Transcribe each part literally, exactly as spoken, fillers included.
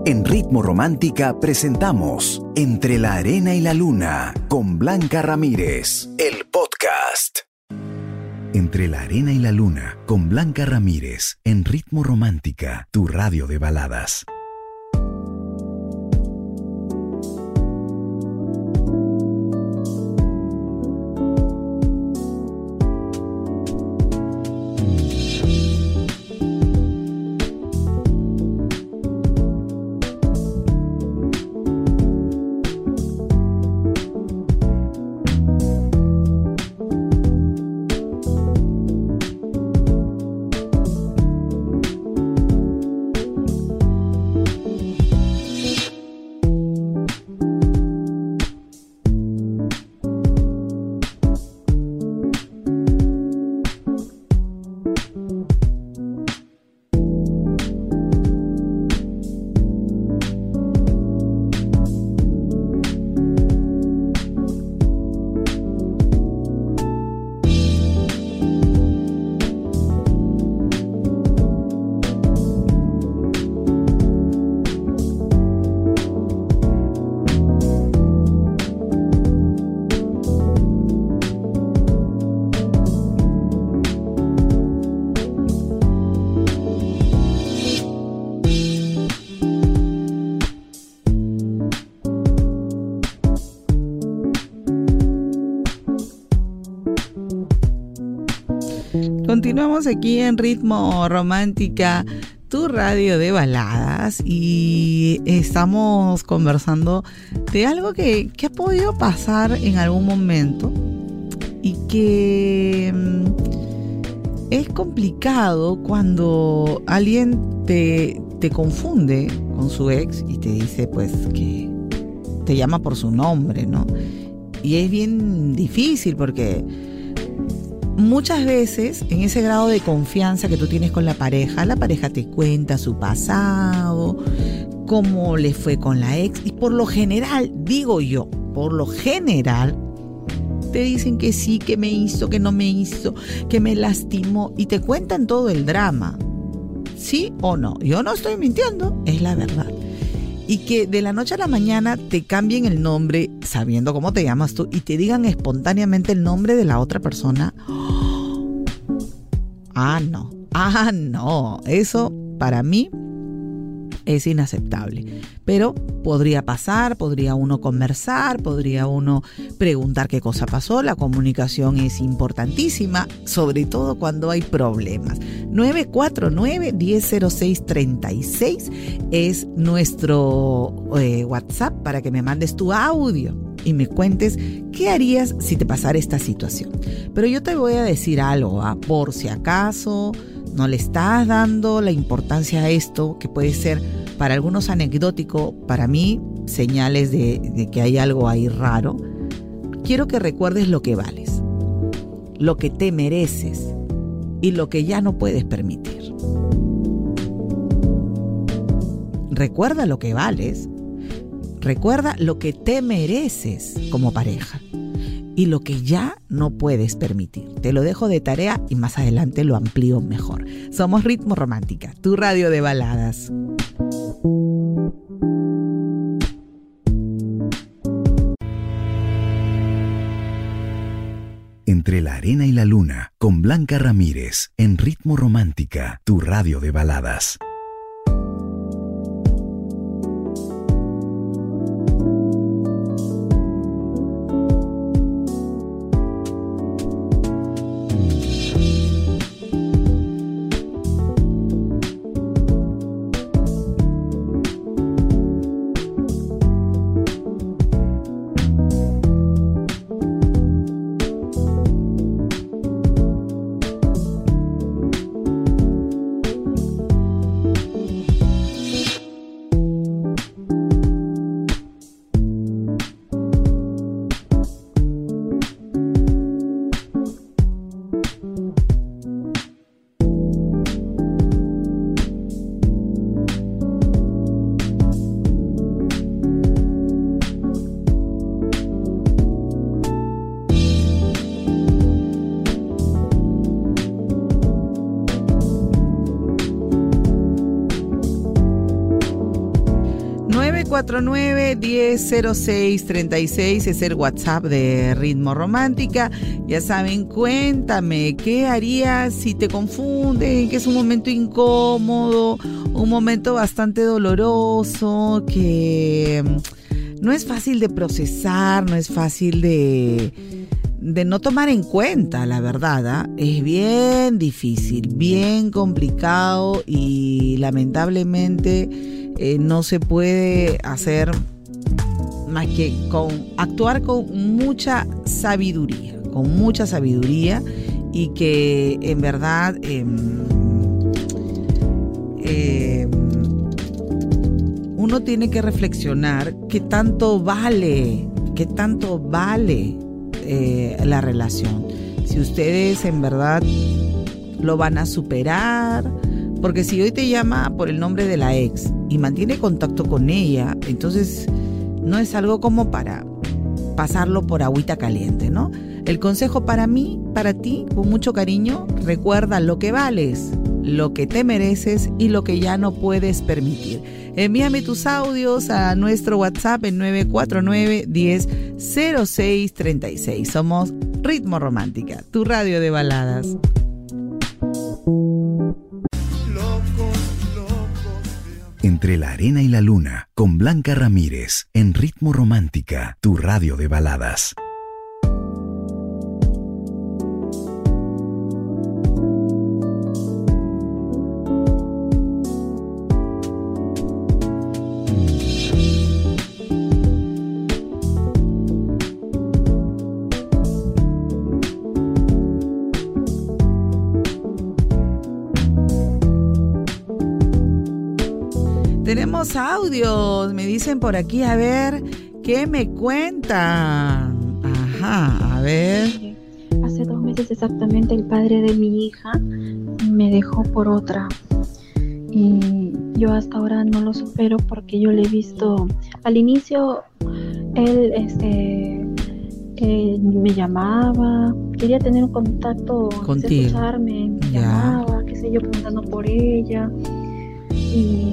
En Ritmo Romántica presentamos Entre la Arena y la Luna con Blanca Ramírez, el podcast. Entre la Arena y la Luna con Blanca Ramírez en Ritmo Romántica, tu radio de baladas. Continuamos aquí en Ritmo Romántica, tu radio de baladas, y estamos conversando de algo que, que ha podido pasar en algún momento y que mm, es complicado cuando alguien te, te confunde con su ex y te dice pues que te llama por su nombre, ¿no? Y es bien difícil porque muchas veces, en ese grado de confianza que tú tienes con la pareja, la pareja te cuenta su pasado, cómo le fue con la ex, y por lo general, digo yo, por lo general, te dicen que sí, que me hizo, que no me hizo, que me lastimó, y te cuentan todo el drama. ¿Sí o no? Yo no estoy mintiendo, es la verdad. Y que de la noche a la mañana te cambien el nombre, sabiendo cómo te llamas tú, y te digan espontáneamente el nombre de la otra persona. ¡Oh! Ah, no. Ah, no. Eso, para mí, es inaceptable. Pero podría pasar, podría uno conversar, podría uno preguntar qué cosa pasó. La comunicación es importantísima, sobre todo cuando hay problemas. nueve cuatro nueve, uno cero cero seis, tres seis es nuestro eh, WhatsApp para que me mandes tu audio y me cuentes qué harías si te pasara esta situación. Pero yo te voy a decir algo, ¿ah? Por si acaso no le estás dando la importancia a esto, que puede ser para algunos anecdótico, para mí señales de, de que hay algo ahí raro. Quiero que recuerdes lo que vales, lo que te mereces y lo que ya no puedes permitir. Recuerda lo que vales, recuerda lo que te mereces como pareja y lo que ya no puedes permitir. Te lo dejo de tarea y más adelante lo amplío mejor. Somos Ritmo Romántica, tu radio de baladas. Entre la Arena y la Luna con Blanca Ramírez en Ritmo Romántica, tu radio de baladas. nueve cuatro nueve, diez cero seis, treinta y seis es el WhatsApp de Ritmo Romántica. Ya saben, cuéntame, ¿qué harías si te confunden? Que es un momento incómodo, un momento bastante doloroso, que no es fácil de procesar, no es fácil de... de no tomar en cuenta, la verdad, ¿eh? Es bien difícil, bien complicado y lamentablemente eh, no se puede hacer más que con actuar con mucha sabiduría, con mucha sabiduría y que en verdad eh, eh, uno tiene que reflexionar qué tanto vale, qué tanto vale Eh, la relación, si ustedes en verdad lo van a superar, porque si hoy te llama por el nombre de la ex y mantiene contacto con ella, entonces no es algo como para pasarlo por agüita caliente, ¿no? El consejo para mí, para ti, con mucho cariño, recuerda lo que vales, lo que te mereces y lo que ya no puedes permitir. Envíame tus audios a nuestro WhatsApp en nueve cuatro nueve, diez cero seis, treinta y seis. Somos Ritmo Romántica, tu radio de baladas. Entre la arena y la luna, con Blanca Ramírez, en Ritmo Romántica, tu radio de baladas. Tenemos audios, me dicen por aquí, a ver, ¿qué me cuentan? Ajá, a ver. Hace dos meses exactamente el padre de mi hija me dejó por otra y yo hasta ahora no lo supero porque yo le he visto, al inicio él este eh, me llamaba, quería tener un contacto, contigo, escucharme, me ya. llamaba, qué sé yo, preguntando por ella y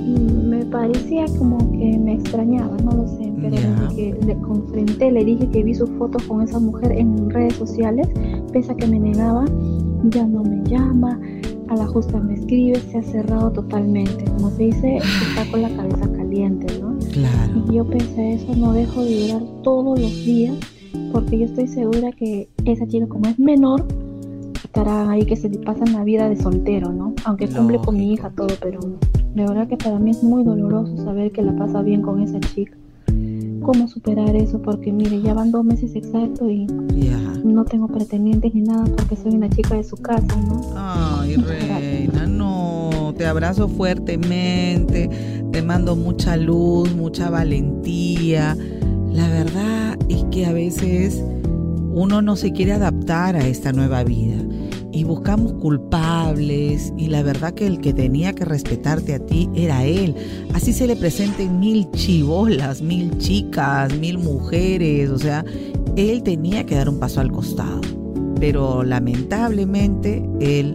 me parecía como que me extrañaba, no lo sé, pero yeah. desde que le confronté, le dije que vi sus fotos con esa mujer en redes sociales, pese a que me negaba, ya no me llama, a la justa me escribe, se ha cerrado totalmente, como se dice, está con la cabeza caliente, ¿no? Claro. Y yo pese a eso no dejo de llorar todos los días, porque yo estoy segura que esa chica, como es menor, estará ahí que se le pasa la vida de soltero, ¿no? Aunque cumple Lógico. Con mi hija todo, pero de verdad que para mí es muy doloroso saber que la pasa bien con esa chica. ¿Cómo superar eso? Porque mire, ya van dos meses exactos y yeah. no tengo pretendientes ni nada porque soy una chica de su casa, ¿no? Ay, reina, no, te abrazo fuertemente, te mando mucha luz, mucha valentía. La verdad es que a veces uno no se quiere adaptar a esta nueva vida y buscamos culpables y la verdad que el que tenía que respetarte a ti era él. Así se le presenten mil chibolas, mil chicas, mil mujeres, o sea, él tenía que dar un paso al costado. Pero lamentablemente él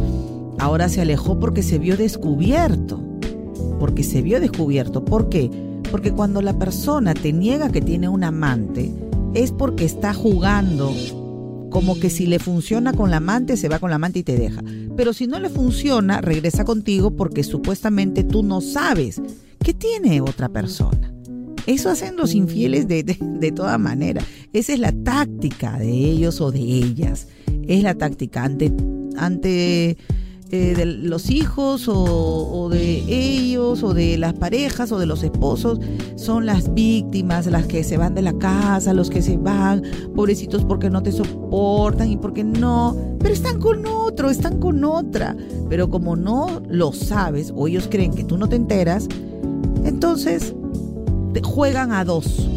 ahora se alejó porque se vio descubierto, porque se vio descubierto. ¿Por qué? Porque cuando la persona te niega que tiene un amante, es porque está jugando como que si le funciona con la amante, se va con la amante y te deja. Pero si no le funciona, regresa contigo porque supuestamente tú no sabes que tiene otra persona. Eso hacen los infieles de, de, de toda manera. Esa es la táctica de ellos o de ellas. Es la táctica ante, ante eh, de los hijos o, o de ellos o de las parejas o de los esposos. Son las víctimas, las que se van de la casa, los que se van, pobrecitos, porque no te soportan y porque no, pero están con otro, están con otra. Pero como no lo sabes o ellos creen que tú no te enteras, entonces te juegan a dos,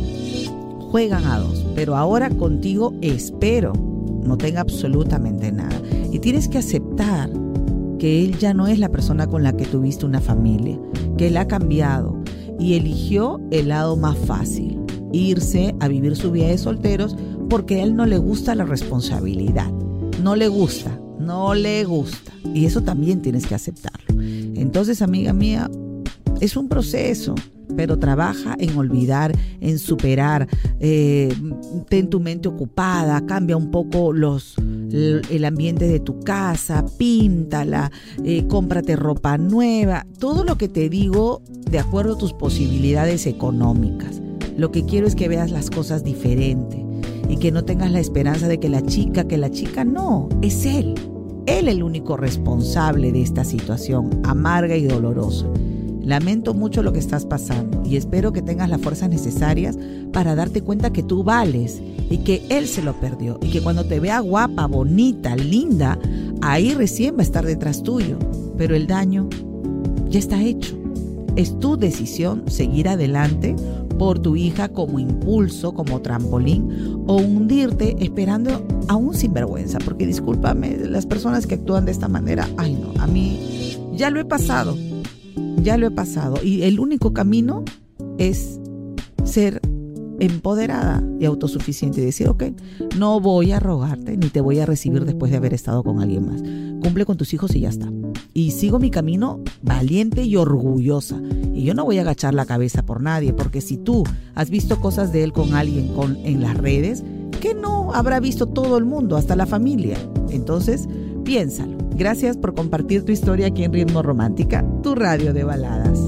juegan a dos. Pero ahora contigo espero no tenga absolutamente nada. Y tienes que aceptar que él ya no es la persona con la que tuviste una familia, que él ha cambiado y eligió el lado más fácil, irse a vivir su vida de solteros porque a él no le gusta la responsabilidad, no le gusta, no le gusta y eso también tienes que aceptarlo. Entonces, amiga mía, Es un proceso, pero trabaja en olvidar, en superar, eh, ten tu mente ocupada, cambia un poco los, el ambiente de tu casa, píntala, eh, cómprate ropa nueva, todo lo que te digo de acuerdo a tus posibilidades económicas. Lo que quiero es que veas las cosas diferente y que no tengas la esperanza de que la chica, que la chica no, es él. Él el único responsable de esta situación amarga y dolorosa. Lamento mucho lo que estás pasando y espero que tengas las fuerzas necesarias para darte cuenta que tú vales y que él se lo perdió y que cuando te vea guapa, bonita, linda, ahí recién va a estar detrás tuyo. Pero el daño ya está hecho. Es tu decisión seguir adelante por tu hija como impulso, como trampolín, o hundirte esperando a un sinvergüenza. Porque discúlpame, las personas que actúan de esta manera, ay no, a mí ya lo he pasado. Ya lo he pasado y el único camino es ser empoderada y autosuficiente y decir, ok, no voy a rogarte ni te voy a recibir después de haber estado con alguien más. Cumple con tus hijos y ya está. Y sigo mi camino valiente y orgullosa. Y yo no voy a agachar la cabeza por nadie, porque si tú has visto cosas de él con alguien con, en las redes, ¿qué no habrá visto todo el mundo, hasta la familia? Entonces, piénsalo. Gracias por compartir tu historia aquí en Ritmo Romántica, tu radio de baladas.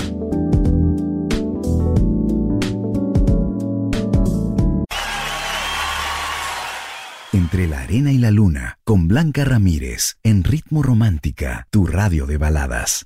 Entre la arena y la luna, con Blanca Ramírez, en Ritmo Romántica, tu radio de baladas.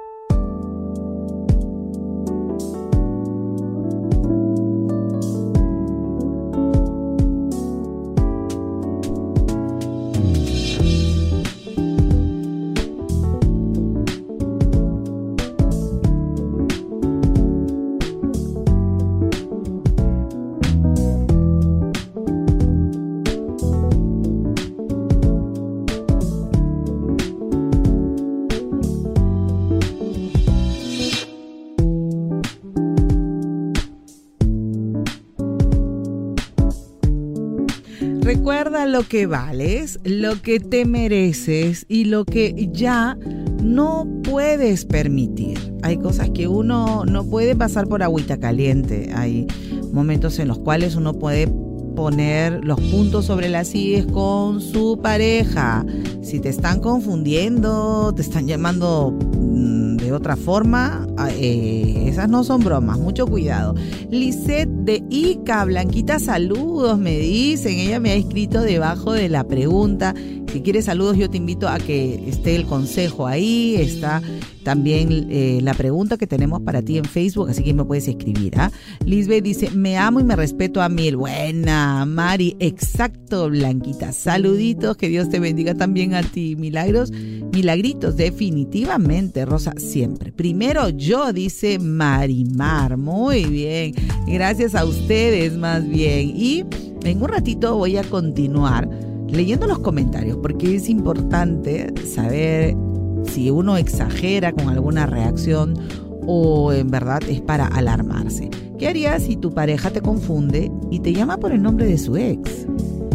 Recuerda lo que vales, lo que te mereces y lo que ya no puedes permitir. Hay cosas que uno no puede pasar por agüita caliente. Hay momentos en los cuales uno puede poner los puntos sobre las íes con su pareja. Si te están confundiendo, te están llamando de otra forma, eh, esas no son bromas, mucho cuidado. Lisette de Ica, Blanquita, saludos, me dicen, ella me ha escrito debajo de la pregunta. Si quieres saludos, yo te invito a que esté el consejo ahí, está también eh, la pregunta que tenemos para ti en Facebook, así que me puedes escribir. ¿ah? Lisbeth dice, me amo y me respeto a mí. Buena, Mari, exacto, Blanquita. Saluditos, que Dios te bendiga también a ti. Milagros, milagritos, definitivamente, Rosa, siempre. Primero yo, dice Marimar. Muy bien, gracias a ustedes más bien. Y en un ratito voy a continuar leyendo los comentarios, porque es importante saber si uno exagera con alguna reacción o en verdad es para alarmarse. ¿Qué harías si tu pareja te confunde y te llama por el nombre de su ex?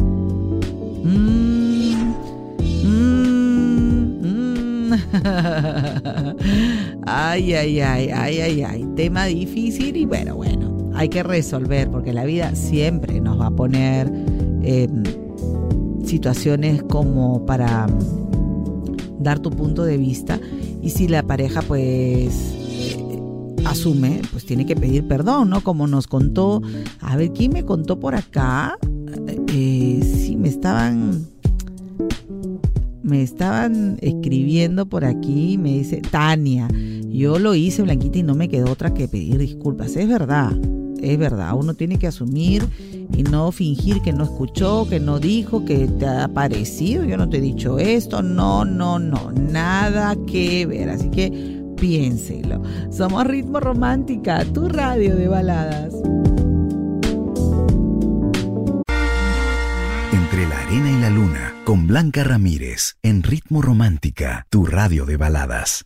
Mm, mm, mm. Ay, ay, ay, ay, ay, ay. Tema difícil y bueno, bueno, hay que resolver porque la vida siempre nos va a poner eh, situaciones como para dar tu punto de vista, y si la pareja pues eh, asume, pues tiene que pedir perdón, ¿no? Como nos contó, a ver, ¿quién me contó por acá? Eh, sí, me estaban me estaban escribiendo por aquí, me dice Tania, yo lo hice, Blanquita, y no me quedó otra que pedir disculpas. Es verdad, es verdad, uno tiene que asumir y no fingir que no escuchó, que no dijo, que te ha parecido, yo no te he dicho esto, no, no, no, nada que ver, así que piénselo. Somos Ritmo Romántica, tu radio de baladas. Entre la arena y la luna, con Blanca Ramírez, en Ritmo Romántica, tu radio de baladas.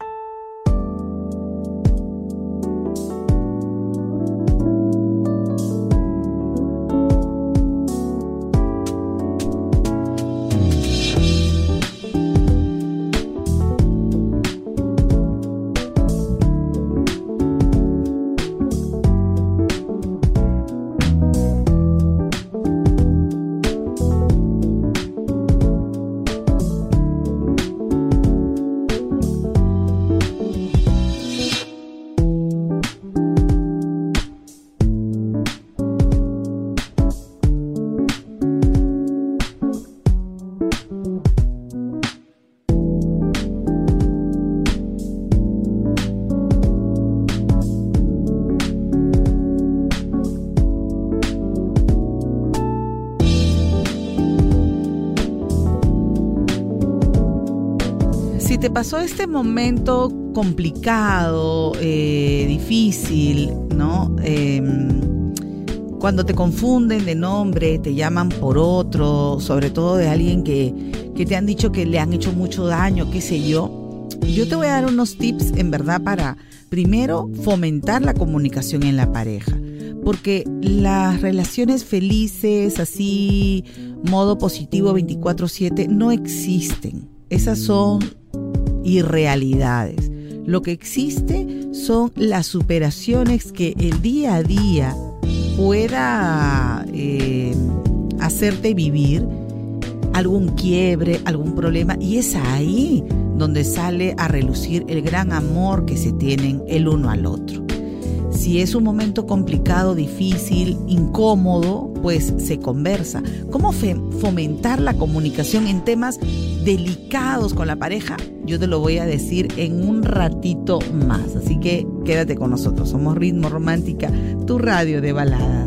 pasó este momento complicado, eh, difícil, ¿no? Eh, cuando te confunden de nombre, te llaman por otro, sobre todo de alguien que, que te han dicho que le han hecho mucho daño, qué sé yo. Yo te voy a dar unos tips, en verdad, para, primero, fomentar la comunicación en la pareja. Porque las relaciones felices, así, modo positivo veinticuatro siete, no existen. Esas son irrealidades. Lo que existe son las superaciones que el día a día pueda eh, hacerte vivir algún quiebre, algún problema, y es ahí donde sale a relucir el gran amor que se tienen el uno al otro. Si es un momento complicado, difícil, incómodo, pues se conversa. ¿Cómo fe- fomentar la comunicación en temas delicados con la pareja? Yo te lo voy a decir en un ratito más. Así que quédate con nosotros. Somos Ritmo Romántica, tu radio de baladas.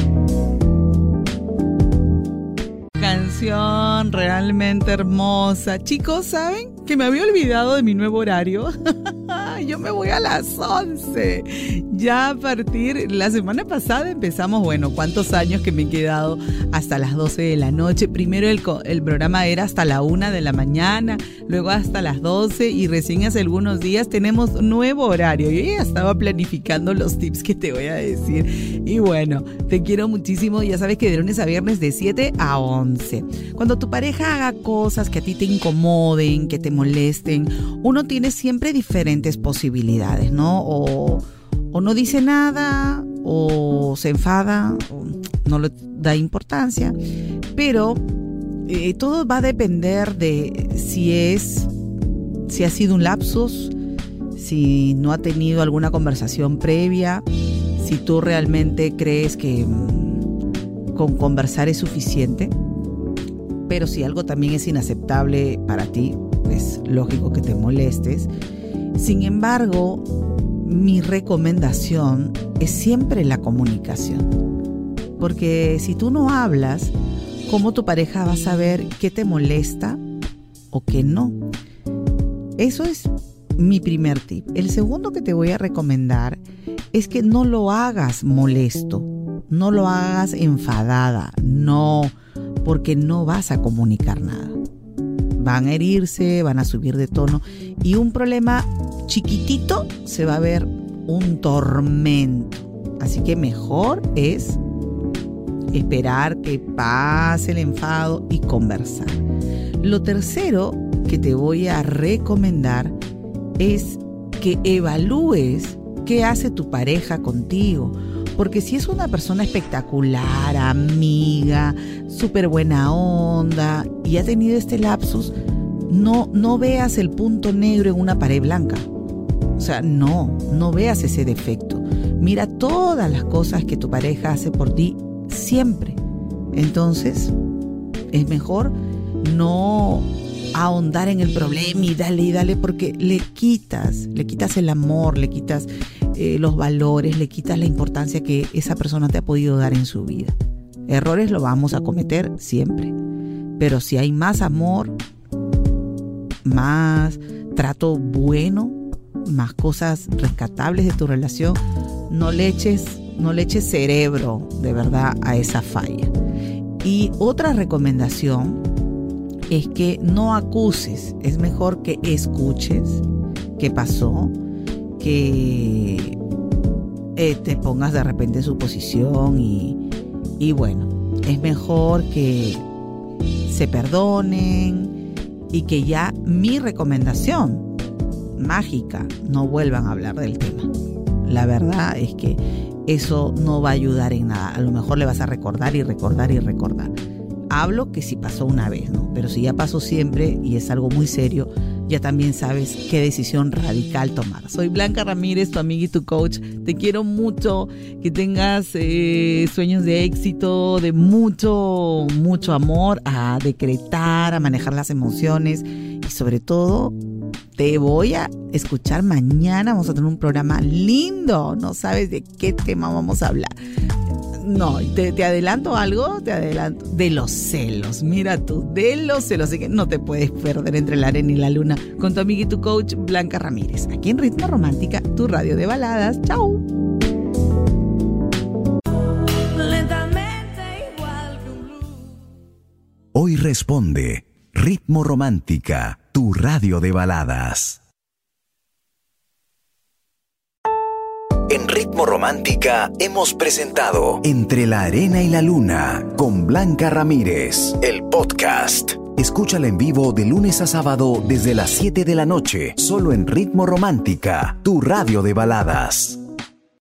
Canción realmente hermosa. Chicos, ¿saben que me había olvidado de mi nuevo horario? Yo me voy a las once. Ya a partir, la semana pasada empezamos, bueno, cuántos años que me he quedado hasta las doce de la noche. Primero el, el programa era hasta la una de la mañana, luego hasta las doce y recién hace algunos días tenemos nuevo horario. Yo ya estaba planificando los tips que te voy a decir. Y bueno, te quiero muchísimo. Ya sabes que de lunes a viernes de siete a once. Cuando tu pareja haga cosas que a ti te incomoden, que te molesten, uno tiene siempre diferentes posibilidades, ¿no? O, o no dice nada, o se enfada, o no le da importancia, pero eh, todo va a depender de si es, si ha sido un lapsus, si no ha tenido alguna conversación previa, si tú realmente crees que mm, con conversar es suficiente. Pero si algo también es inaceptable para ti, es lógico que te molestes. Sin embargo, mi recomendación es siempre la comunicación. Porque si tú no hablas, ¿cómo tu pareja va a saber qué te molesta o qué no? Eso es mi primer tip. El segundo que te voy a recomendar es que no lo hagas molesto, no lo hagas enfadada, no, porque no vas a comunicar nada. Van a herirse, van a subir de tono y un problema chiquitito se va a ver un tormento. Así que mejor es esperar que pase el enfado y conversar. Lo tercero que te voy a recomendar es que evalúes qué hace tu pareja contigo. Porque si es una persona espectacular, amiga, súper buena onda y ha tenido este lapsus, no, no veas el punto negro en una pared blanca. O sea, no, no veas ese defecto. Mira todas las cosas que tu pareja hace por ti siempre. Entonces, es mejor no ahondar en el problema y dale y dale porque le quitas, le quitas el amor, le quitas eh, los valores, le quitas la importancia que esa persona te ha podido dar en su vida. Errores lo vamos a cometer siempre, pero si hay más amor, más trato bueno, más cosas rescatables de tu relación, no le eches, no le eches cerebro de verdad a esa falla. Y otra recomendación es que no acuses, es mejor que escuches qué pasó, que eh, te pongas de repente en su posición y, y bueno, es mejor que se perdonen y que ya mi recomendación mágica, no vuelvan a hablar del tema. La verdad es que eso no va a ayudar en nada. A lo mejor le vas a recordar y recordar y recordar. Hablo que si pasó una vez, ¿no? Pero si ya pasó siempre y es algo muy serio, ya también sabes qué decisión radical tomar. Soy Blanca Ramírez, tu amiga y tu coach. Te quiero mucho, que tengas eh, sueños de éxito, de mucho, mucho amor, a decretar, a manejar las emociones y sobre todo te voy a escuchar mañana. Vamos a tener un programa lindo. No sabes de qué tema vamos a hablar. No, te, te adelanto algo, te adelanto. De los celos, mira tú, de los celos. Así que no te puedes perder Entre la Arena y la Luna con tu amiga y tu coach Blanca Ramírez. Aquí en Ritmo Romántica, tu radio de baladas. ¡Chau! Hoy responde Ritmo Romántica, tu radio de baladas. En Ritmo Romántica hemos presentado Entre la Arena y la Luna con Blanca Ramírez, el podcast. Escúchala en vivo de lunes a sábado desde las siete de la noche, solo en Ritmo Romántica, tu radio de baladas.